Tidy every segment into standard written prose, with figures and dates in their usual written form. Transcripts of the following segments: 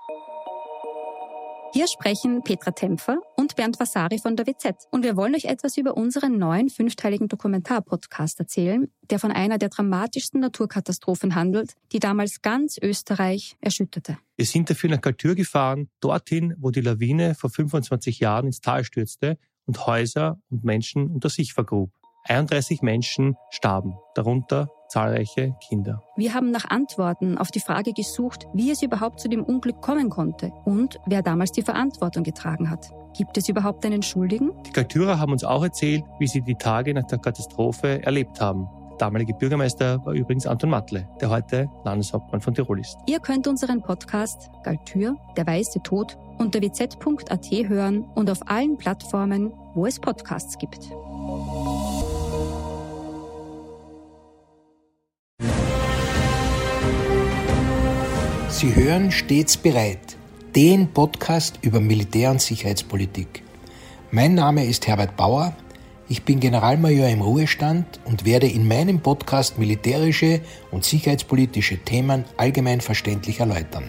Hier sprechen Petra Tempfer und Bernd Vasari von der WZ. Und wir wollen euch etwas über unseren neuen 5-teiligen Dokumentar-Podcast erzählen, der von einer der dramatischsten Naturkatastrophen handelt, die damals ganz Österreich erschütterte. Wir sind dafür nach Galtür gefahren, dorthin, wo die Lawine vor 25 Jahren ins Tal stürzte und Häuser und Menschen unter sich vergrub. 31 Menschen starben, darunter zahlreiche Kinder. Wir haben nach Antworten auf die Frage gesucht, wie es überhaupt zu dem Unglück kommen konnte und wer damals die Verantwortung getragen hat. Gibt es überhaupt einen Schuldigen? Die Galtürer haben uns auch erzählt, wie sie die Tage nach der Katastrophe erlebt haben. Der damalige Bürgermeister war übrigens Anton Matle, der heute Landeshauptmann von Tirol ist. Ihr könnt unseren Podcast Galtür, der weiße Tod unter wz.at hören und auf allen Plattformen, wo es Podcasts gibt. Sie hören Stets bereit, den Podcast über Militär- und Sicherheitspolitik. Mein Name ist Herbert Bauer, ich bin Generalmajor im Ruhestand und werde in meinem Podcast militärische und sicherheitspolitische Themen allgemein verständlich erläutern.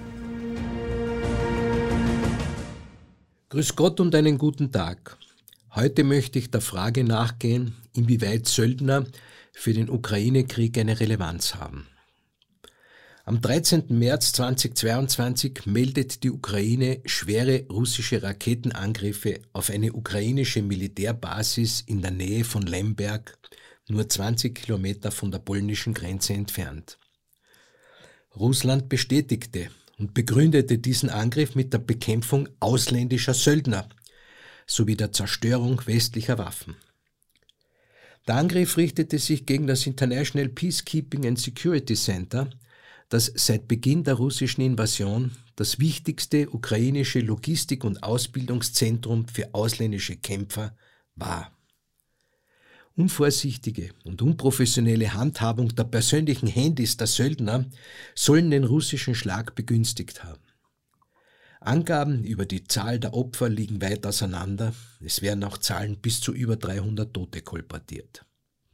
Grüß Gott und einen guten Tag. Heute möchte ich der Frage nachgehen, inwieweit Söldner für den Ukraine-Krieg eine Relevanz haben. Am 13. März 2022 meldet die Ukraine schwere russische Raketenangriffe auf eine ukrainische Militärbasis in der Nähe von Lemberg, nur 20 Kilometer von der polnischen Grenze entfernt. Russland bestätigte und begründete diesen Angriff mit der Bekämpfung ausländischer Söldner sowie der Zerstörung westlicher Waffen. Der Angriff richtete sich gegen das International Peacekeeping and Security Center, das seit Beginn der russischen Invasion das wichtigste ukrainische Logistik- und Ausbildungszentrum für ausländische Kämpfer war. Unvorsichtige und unprofessionelle Handhabung der persönlichen Handys der Söldner sollen den russischen Schlag begünstigt haben. Angaben über die Zahl der Opfer liegen weit auseinander, es werden auch Zahlen bis zu über 300 Tote kolportiert.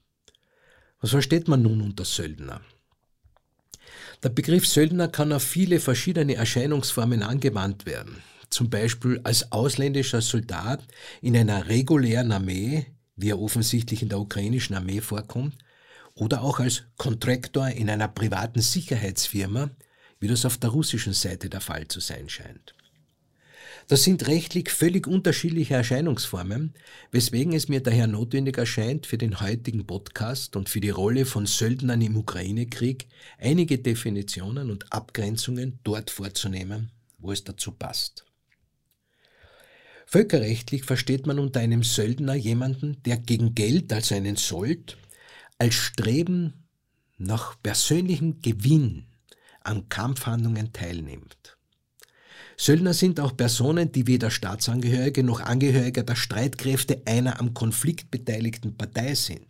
Was versteht man nun unter Söldner? Der Begriff Söldner kann auf viele verschiedene Erscheinungsformen angewandt werden, zum Beispiel als ausländischer Soldat in einer regulären Armee, wie er offensichtlich in der ukrainischen Armee vorkommt, oder auch als Kontraktor in einer privaten Sicherheitsfirma, wie das auf der russischen Seite der Fall zu sein scheint. Das sind rechtlich völlig unterschiedliche Erscheinungsformen, weswegen es mir daher notwendig erscheint, für den heutigen Podcast und für die Rolle von Söldnern im Ukraine-Krieg einige Definitionen und Abgrenzungen dort vorzunehmen, wo es dazu passt. Völkerrechtlich versteht man unter einem Söldner jemanden, der gegen Geld, also einen Sold, als Streben nach persönlichem Gewinn an Kampfhandlungen teilnimmt. Söldner sind auch Personen, die weder Staatsangehörige noch Angehörige der Streitkräfte einer am Konflikt beteiligten Partei sind.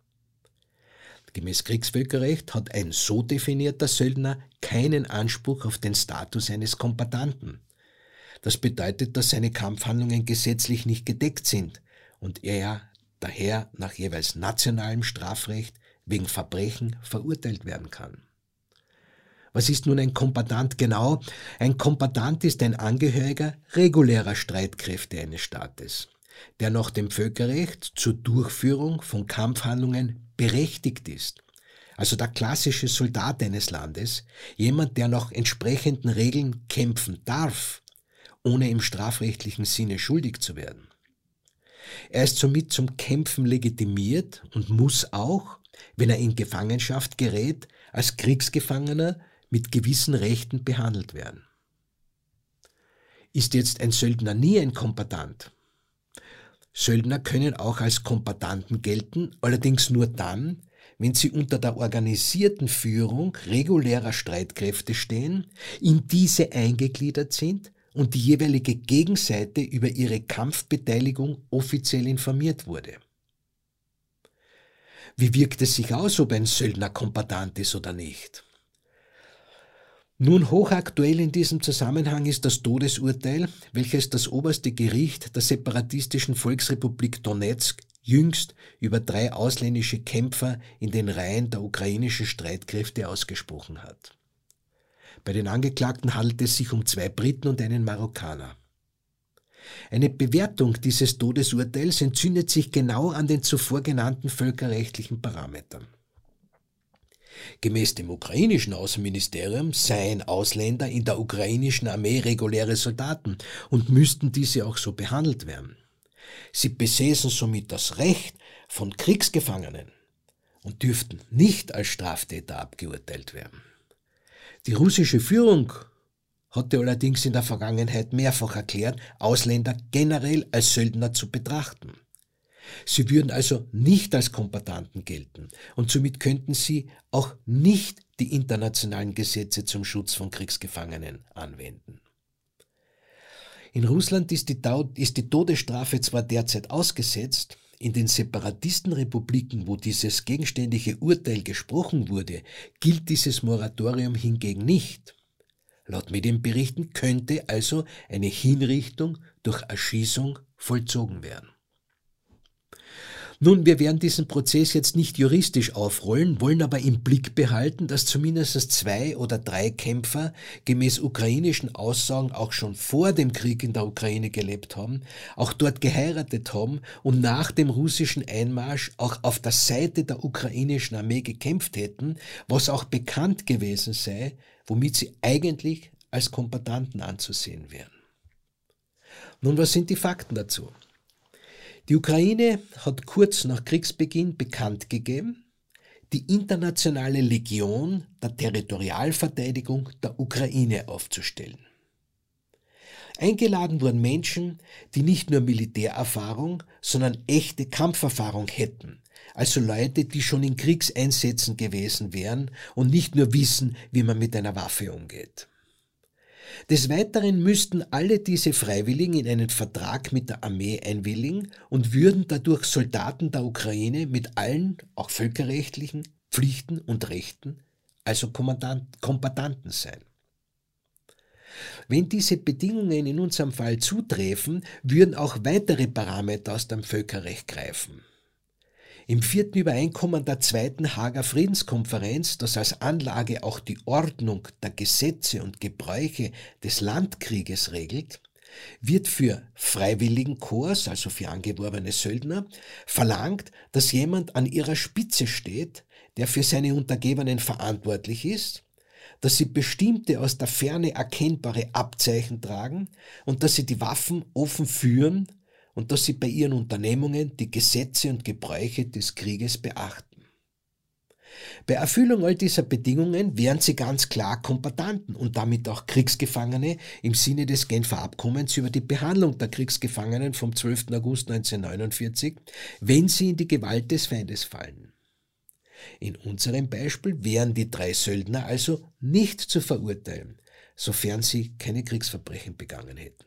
Gemäß Kriegsvölkerrecht hat ein so definierter Söldner keinen Anspruch auf den Status eines Kombattanten. Das bedeutet, dass seine Kampfhandlungen gesetzlich nicht gedeckt sind und er daher nach jeweils nationalem Strafrecht wegen Verbrechen verurteilt werden kann. Was ist nun ein Kombattant genau? Ein Kombattant ist ein Angehöriger regulärer Streitkräfte eines Staates, der nach dem Völkerrecht zur Durchführung von Kampfhandlungen berechtigt ist. Also der klassische Soldat eines Landes, jemand, der nach entsprechenden Regeln kämpfen darf, ohne im strafrechtlichen Sinne schuldig zu werden. Er ist somit zum Kämpfen legitimiert und muss auch, wenn er in Gefangenschaft gerät, als Kriegsgefangener mit gewissen Rechten behandelt werden. Ist jetzt ein Söldner nie ein Kombattant? Söldner können auch als Kombattanten gelten, allerdings nur dann, wenn sie unter der organisierten Führung regulärer Streitkräfte stehen, in diese eingegliedert sind und die jeweilige Gegenseite über ihre Kampfbeteiligung offiziell informiert wurde. Wie wirkt es sich aus, ob ein Söldner Kombattant ist oder nicht? Nun, hochaktuell in diesem Zusammenhang ist das Todesurteil, welches das oberste Gericht der separatistischen Volksrepublik Donezk jüngst über 3 ausländische Kämpfer in den Reihen der ukrainischen Streitkräfte ausgesprochen hat. Bei den Angeklagten handelt es sich um 2 Briten und einen Marokkaner. Eine Bewertung dieses Todesurteils entzündet sich genau an den zuvor genannten völkerrechtlichen Parametern. Gemäß dem ukrainischen Außenministerium seien Ausländer in der ukrainischen Armee reguläre Soldaten und müssten diese auch so behandelt werden. Sie besäßen somit das Recht von Kriegsgefangenen und dürften nicht als Straftäter abgeurteilt werden. Die russische Führung hatte allerdings in der Vergangenheit mehrfach erklärt, Ausländer generell als Söldner zu betrachten. Sie würden also nicht als Kombattanten gelten und somit könnten sie auch nicht die internationalen Gesetze zum Schutz von Kriegsgefangenen anwenden. In Russland ist die Todesstrafe zwar derzeit ausgesetzt, in den Separatistenrepubliken, wo dieses gegenständliche Urteil gesprochen wurde, gilt dieses Moratorium hingegen nicht. Laut Medienberichten könnte also eine Hinrichtung durch Erschießung vollzogen werden. Nun, wir werden diesen Prozess jetzt nicht juristisch aufrollen, wollen aber im Blick behalten, dass zumindest 2 oder 3 Kämpfer gemäß ukrainischen Aussagen auch schon vor dem Krieg in der Ukraine gelebt haben, auch dort geheiratet haben und nach dem russischen Einmarsch auch auf der Seite der ukrainischen Armee gekämpft hätten, was auch bekannt gewesen sei, womit sie eigentlich als Kombattanten anzusehen wären. Nun, was sind die Fakten dazu? Die Ukraine hat kurz nach Kriegsbeginn bekannt gegeben, die internationale Legion der Territorialverteidigung der Ukraine aufzustellen. Eingeladen wurden Menschen, die nicht nur Militärerfahrung, sondern echte Kampferfahrung hätten, also Leute, die schon in Kriegseinsätzen gewesen wären und nicht nur wissen, wie man mit einer Waffe umgeht. Des Weiteren müssten alle diese Freiwilligen in einen Vertrag mit der Armee einwilligen und würden dadurch Soldaten der Ukraine mit allen, auch völkerrechtlichen, Pflichten und Rechten, also Kombattanten sein. Wenn diese Bedingungen in unserem Fall zutreffen, würden auch weitere Parameter aus dem Völkerrecht greifen. Im 4. Übereinkommen der 2. Haager Friedenskonferenz, das als Anlage auch die Ordnung der Gesetze und Gebräuche des Landkrieges regelt, wird für Freiwilligenkorps, also für angeworbene Söldner, verlangt, dass jemand an ihrer Spitze steht, der für seine Untergebenen verantwortlich ist, dass sie bestimmte aus der Ferne erkennbare Abzeichen tragen und dass sie die Waffen offen führen und dass sie bei ihren Unternehmungen die Gesetze und Gebräuche des Krieges beachten. Bei Erfüllung all dieser Bedingungen wären sie ganz klar Kombattanten und damit auch Kriegsgefangene im Sinne des Genfer Abkommens über die Behandlung der Kriegsgefangenen vom 12. August 1949, wenn sie in die Gewalt des Feindes fallen. In unserem Beispiel wären die 3 Söldner also nicht zu verurteilen, sofern sie keine Kriegsverbrechen begangen hätten.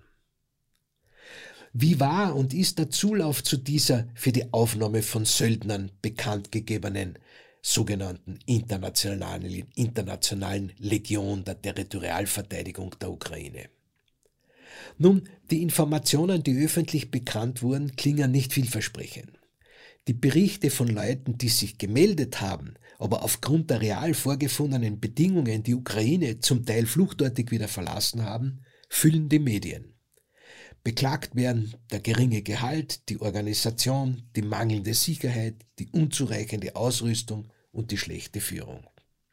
Wie war und ist der Zulauf zu dieser für die Aufnahme von Söldnern bekannt gegebenen sogenannten internationalen Legion der Territorialverteidigung der Ukraine? Nun, die Informationen, die öffentlich bekannt wurden, klingen nicht vielversprechend. Die Berichte von Leuten, die sich gemeldet haben, aber aufgrund der real vorgefundenen Bedingungen die Ukraine zum Teil fluchtartig wieder verlassen haben, füllen die Medien. Beklagt werden der geringe Gehalt, die Organisation, die mangelnde Sicherheit, die unzureichende Ausrüstung und die schlechte Führung.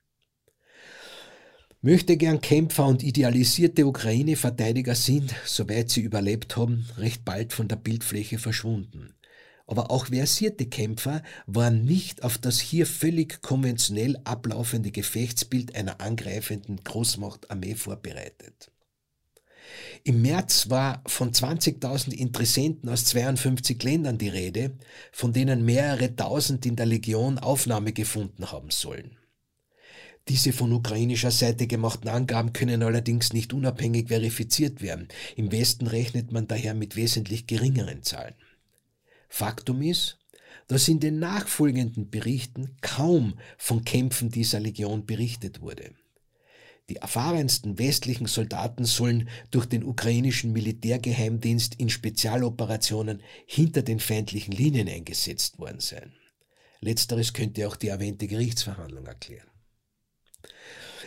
Möchtegern Kämpfer und idealisierte Ukraine-Verteidiger sind, soweit sie überlebt haben, recht bald von der Bildfläche verschwunden. Aber auch versierte Kämpfer waren nicht auf das hier völlig konventionell ablaufende Gefechtsbild einer angreifenden Großmachtarmee vorbereitet. Im März war von 20.000 Interessenten aus 52 Ländern die Rede, von denen mehrere tausend in der Legion Aufnahme gefunden haben sollen. Diese von ukrainischer Seite gemachten Angaben können allerdings nicht unabhängig verifiziert werden. Im Westen rechnet man daher mit wesentlich geringeren Zahlen. Faktum ist, dass in den nachfolgenden Berichten kaum von Kämpfen dieser Legion berichtet wurde. Die erfahrensten westlichen Soldaten sollen durch den ukrainischen Militärgeheimdienst in Spezialoperationen hinter den feindlichen Linien eingesetzt worden sein. Letzteres könnte auch die erwähnte Gerichtsverhandlung erklären.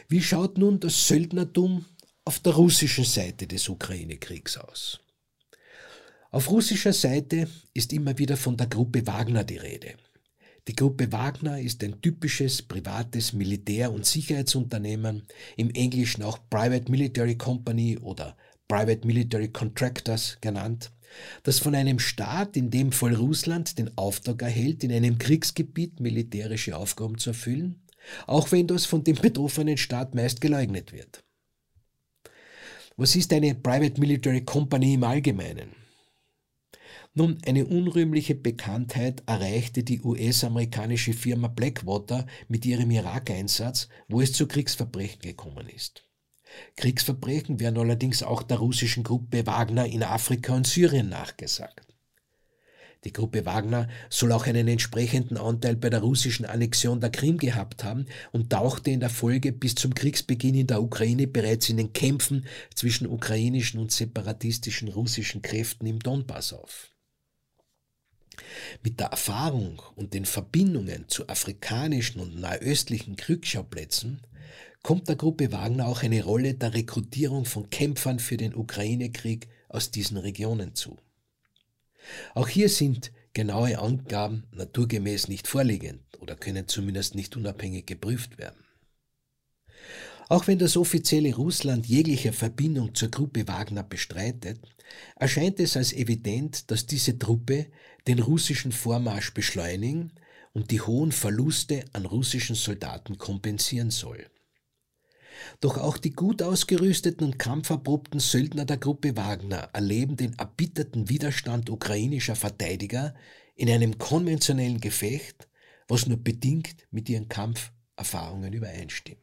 Wie schaut nun das Söldnertum auf der russischen Seite des Ukraine-Kriegs aus? Auf russischer Seite ist immer wieder von der Gruppe Wagner die Rede. Die Gruppe Wagner ist ein typisches privates Militär- und Sicherheitsunternehmen, im Englischen auch Private Military Company oder Private Military Contractors genannt, das von einem Staat, in dem Fall Russland, den Auftrag erhält, in einem Kriegsgebiet militärische Aufgaben zu erfüllen, auch wenn das von dem betroffenen Staat meist geleugnet wird. Was ist eine Private Military Company im Allgemeinen? Nun, eine unrühmliche Bekanntheit erreichte die US-amerikanische Firma Blackwater mit ihrem Irak-Einsatz, wo es zu Kriegsverbrechen gekommen ist. Kriegsverbrechen werden allerdings auch der russischen Gruppe Wagner in Afrika und Syrien nachgesagt. Die Gruppe Wagner soll auch einen entsprechenden Anteil bei der russischen Annexion der Krim gehabt haben und tauchte in der Folge bis zum Kriegsbeginn in der Ukraine bereits in den Kämpfen zwischen ukrainischen und separatistischen russischen Kräften im Donbass auf. Mit der Erfahrung und den Verbindungen zu afrikanischen und nahöstlichen Kriegsschauplätzen kommt der Gruppe Wagner auch eine Rolle der Rekrutierung von Kämpfern für den Ukraine-Krieg aus diesen Regionen zu. Auch hier sind genaue Angaben naturgemäß nicht vorliegend oder können zumindest nicht unabhängig geprüft werden. Auch wenn das offizielle Russland jegliche Verbindung zur Gruppe Wagner bestreitet, erscheint es als evident, dass diese Truppe den russischen Vormarsch beschleunigen und die hohen Verluste an russischen Soldaten kompensieren soll. Doch auch die gut ausgerüsteten und kampferprobten Söldner der Gruppe Wagner erleben den erbitterten Widerstand ukrainischer Verteidiger in einem konventionellen Gefecht, was nur bedingt mit ihren Kampferfahrungen übereinstimmt.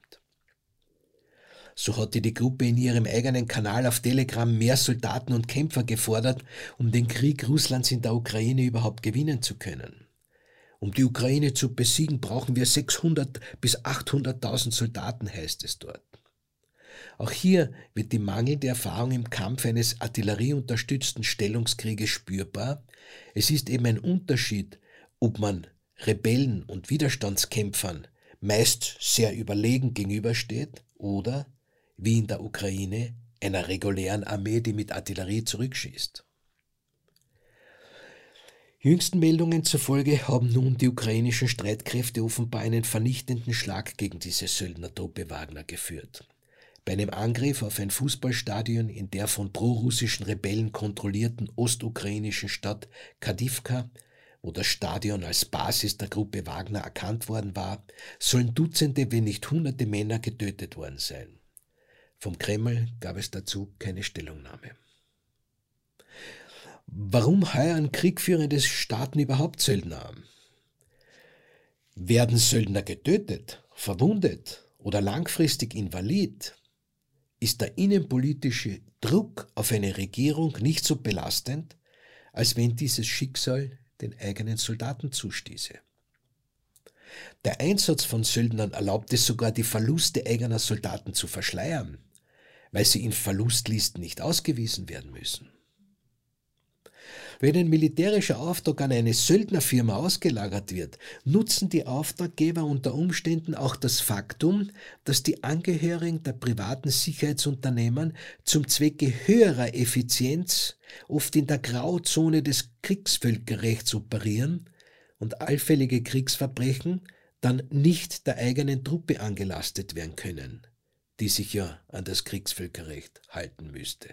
So hatte die Gruppe in ihrem eigenen Kanal auf Telegram mehr Soldaten und Kämpfer gefordert, um den Krieg Russlands in der Ukraine überhaupt gewinnen zu können. Um die Ukraine zu besiegen, brauchen wir 600.000 bis 800.000 Soldaten, heißt es dort. Auch hier wird die mangelnde Erfahrung im Kampf eines artillerieunterstützten Stellungskrieges spürbar. Es ist eben ein Unterschied, ob man Rebellen und Widerstandskämpfern meist sehr überlegen gegenübersteht oder, wie in der Ukraine, einer regulären Armee, die mit Artillerie zurückschießt. Jüngsten Meldungen zufolge haben nun die ukrainischen Streitkräfte offenbar einen vernichtenden Schlag gegen diese Söldnertruppe Wagner geführt. Bei einem Angriff auf ein Fußballstadion in der von prorussischen Rebellen kontrollierten ostukrainischen Stadt Kadivka, wo das Stadion als Basis der Gruppe Wagner erkannt worden war, sollen Dutzende, wenn nicht Hunderte Männer getötet worden sein. Vom Kreml gab es dazu keine Stellungnahme. Warum heuern kriegführende Staaten überhaupt Söldner an? Werden Söldner getötet, verwundet oder langfristig invalid? Ist der innenpolitische Druck auf eine Regierung nicht so belastend, als wenn dieses Schicksal den eigenen Soldaten zustieße. Der Einsatz von Söldnern erlaubt es sogar, die Verluste eigener Soldaten zu verschleiern, weil sie in Verlustlisten nicht ausgewiesen werden müssen. Wenn ein militärischer Auftrag an eine Söldnerfirma ausgelagert wird, nutzen die Auftraggeber unter Umständen auch das Faktum, dass die Angehörigen der privaten Sicherheitsunternehmen zum Zwecke höherer Effizienz oft in der Grauzone des Kriegsvölkerrechts operieren und allfällige Kriegsverbrechen dann nicht der eigenen Truppe angelastet werden können, die sich ja an das Kriegsvölkerrecht halten müsste.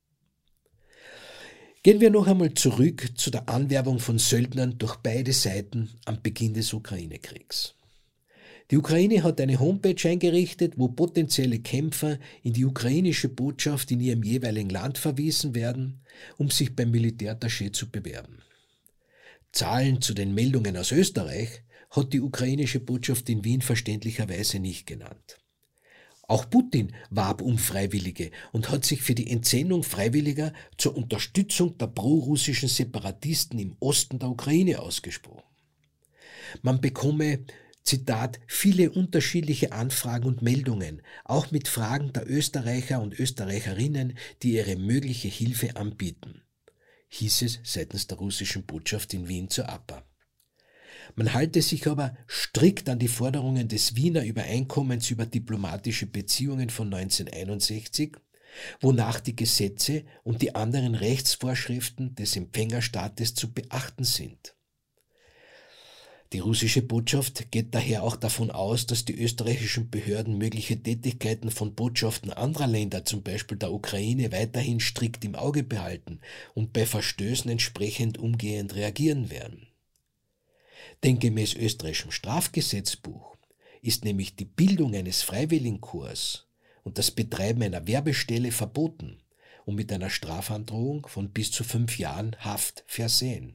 Gehen wir noch einmal zurück zu der Anwerbung von Söldnern durch beide Seiten am Beginn des Ukraine-Kriegs. Die Ukraine hat eine Homepage eingerichtet, wo potenzielle Kämpfer in die ukrainische Botschaft in ihrem jeweiligen Land verwiesen werden, um sich beim Militärattaché zu bewerben. Zahlen zu den Meldungen aus Österreich hat die ukrainische Botschaft in Wien verständlicherweise nicht genannt. Auch Putin warb um Freiwillige und hat sich für die Entsendung Freiwilliger zur Unterstützung der prorussischen Separatisten im Osten der Ukraine ausgesprochen. Man bekomme, Zitat, viele unterschiedliche Anfragen und Meldungen, auch mit Fragen der Österreicher und Österreicherinnen, die ihre mögliche Hilfe anbieten, hieß es seitens der russischen Botschaft in Wien zur APA. Man halte sich aber strikt an die Forderungen des Wiener Übereinkommens über diplomatische Beziehungen von 1961, wonach die Gesetze und die anderen Rechtsvorschriften des Empfängerstaates zu beachten sind. Die russische Botschaft geht daher auch davon aus, dass die österreichischen Behörden mögliche Tätigkeiten von Botschaften anderer Länder, zum Beispiel der Ukraine, weiterhin strikt im Auge behalten und bei Verstößen entsprechend umgehend reagieren werden. Denn gemäß österreichischem Strafgesetzbuch ist nämlich die Bildung eines Freiwilligenkorps und das Betreiben einer Werbestelle verboten und mit einer Strafandrohung von bis zu 5 Jahren Haft versehen.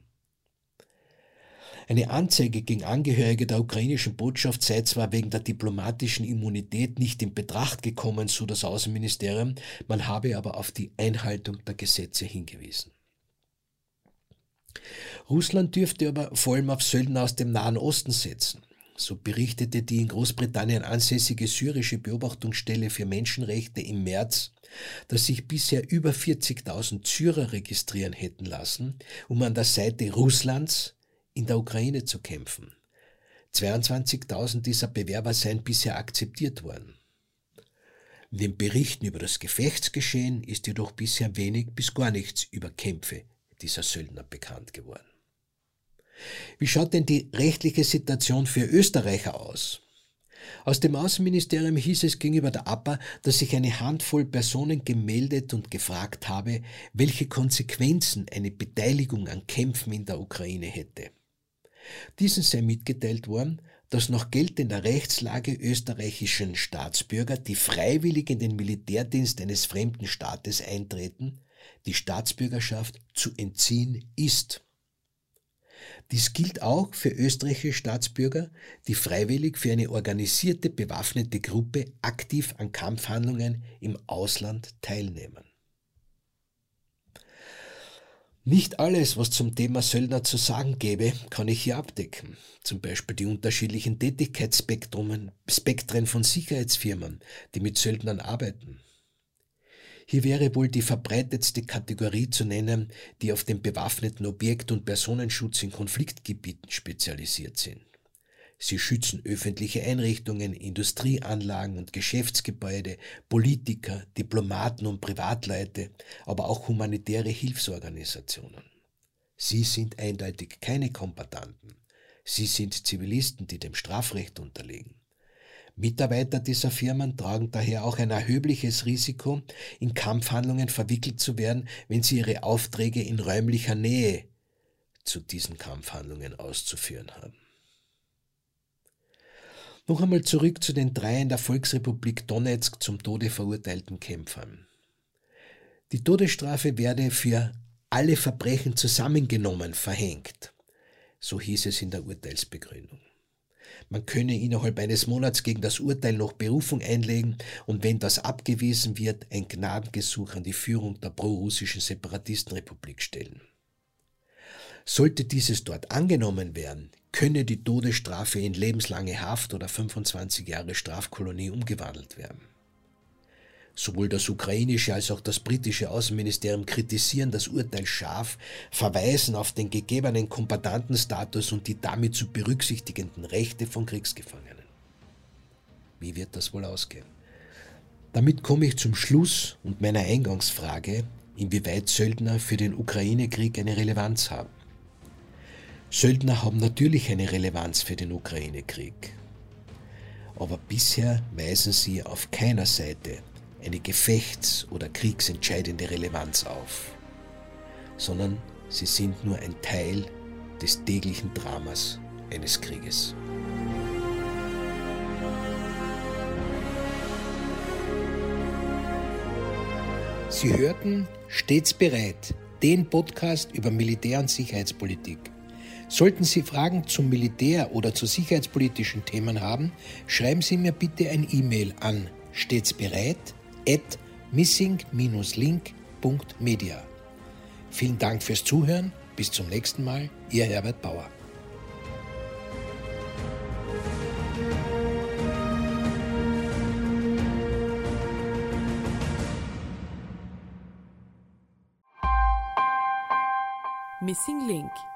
Eine Anzeige gegen Angehörige der ukrainischen Botschaft sei zwar wegen der diplomatischen Immunität nicht in Betracht gekommen, so das Außenministerium, man habe aber auf die Einhaltung der Gesetze hingewiesen. Russland dürfte aber vor allem auf Söldner aus dem Nahen Osten setzen. So berichtete die in Großbritannien ansässige syrische Beobachtungsstelle für Menschenrechte im März, dass sich bisher über 40.000 Syrer registrieren hätten lassen, um an der Seite Russlands in der Ukraine zu kämpfen. 22.000 dieser Bewerber seien bisher akzeptiert worden. In den Berichten über das Gefechtsgeschehen ist jedoch bisher wenig bis gar nichts über Kämpfe dieser Söldner bekannt geworden. Wie schaut denn die rechtliche Situation für Österreicher aus? Aus dem Außenministerium hieß es gegenüber der APA, dass sich eine Handvoll Personen gemeldet und gefragt habe, welche Konsequenzen eine Beteiligung an Kämpfen in der Ukraine hätte. Diesen sei mitgeteilt worden, dass nach geltender Rechtslage österreichischen Staatsbürger, die freiwillig in den Militärdienst eines fremden Staates eintreten, die Staatsbürgerschaft zu entziehen ist. Dies gilt auch für österreichische Staatsbürger, die freiwillig für eine organisierte bewaffnete Gruppe aktiv an Kampfhandlungen im Ausland teilnehmen. Nicht alles, was zum Thema Söldner zu sagen gäbe, kann ich hier abdecken. Zum Beispiel die unterschiedlichen Tätigkeitsspektren von Sicherheitsfirmen, die mit Söldnern arbeiten. Hier wäre wohl die verbreitetste Kategorie zu nennen, die auf den bewaffneten Objekt- und Personenschutz in Konfliktgebieten spezialisiert sind. Sie schützen öffentliche Einrichtungen, Industrieanlagen und Geschäftsgebäude, Politiker, Diplomaten und Privatleute, aber auch humanitäre Hilfsorganisationen. Sie sind eindeutig keine Kombattanten. Sie sind Zivilisten, die dem Strafrecht unterliegen. Mitarbeiter dieser Firmen tragen daher auch ein erhebliches Risiko, in Kampfhandlungen verwickelt zu werden, wenn sie ihre Aufträge in räumlicher Nähe zu diesen Kampfhandlungen auszuführen haben. Noch einmal zurück zu den 3 in der Volksrepublik Donezk zum Tode verurteilten Kämpfern. Die Todesstrafe werde für alle Verbrechen zusammengenommen verhängt, so hieß es in der Urteilsbegründung. Man könne innerhalb eines Monats gegen das Urteil noch Berufung einlegen und wenn das abgewiesen wird, ein Gnadengesuch an die Führung der pro-russischen Separatistenrepublik stellen. Sollte dieses dort angenommen werden, könne die Todesstrafe in lebenslange Haft oder 25 Jahre Strafkolonie umgewandelt werden. Sowohl das ukrainische als auch das britische Außenministerium kritisieren das Urteil scharf, verweisen auf den gegebenen Kombattantenstatus und die damit zu berücksichtigenden Rechte von Kriegsgefangenen. Wie wird das wohl ausgehen? Damit komme ich zum Schluss und meiner Eingangsfrage, inwieweit Söldner für den Ukraine-Krieg eine Relevanz haben. Söldner haben natürlich eine Relevanz für den Ukraine-Krieg. Aber bisher weisen sie auf keiner Seite eine gefechts- oder kriegsentscheidende Relevanz auf, sondern sie sind nur ein Teil des täglichen Dramas eines Krieges. Sie hörten Stets bereit, den Podcast über Militär- und Sicherheitspolitik. Sollten Sie Fragen zum Militär- oder zu sicherheitspolitischen Themen haben, schreiben Sie mir bitte ein E-Mail an stetsbereit@missing-link.media. Vielen Dank fürs Zuhören. Bis zum nächsten Mal. Ihr Herbert Bauer. Missing Link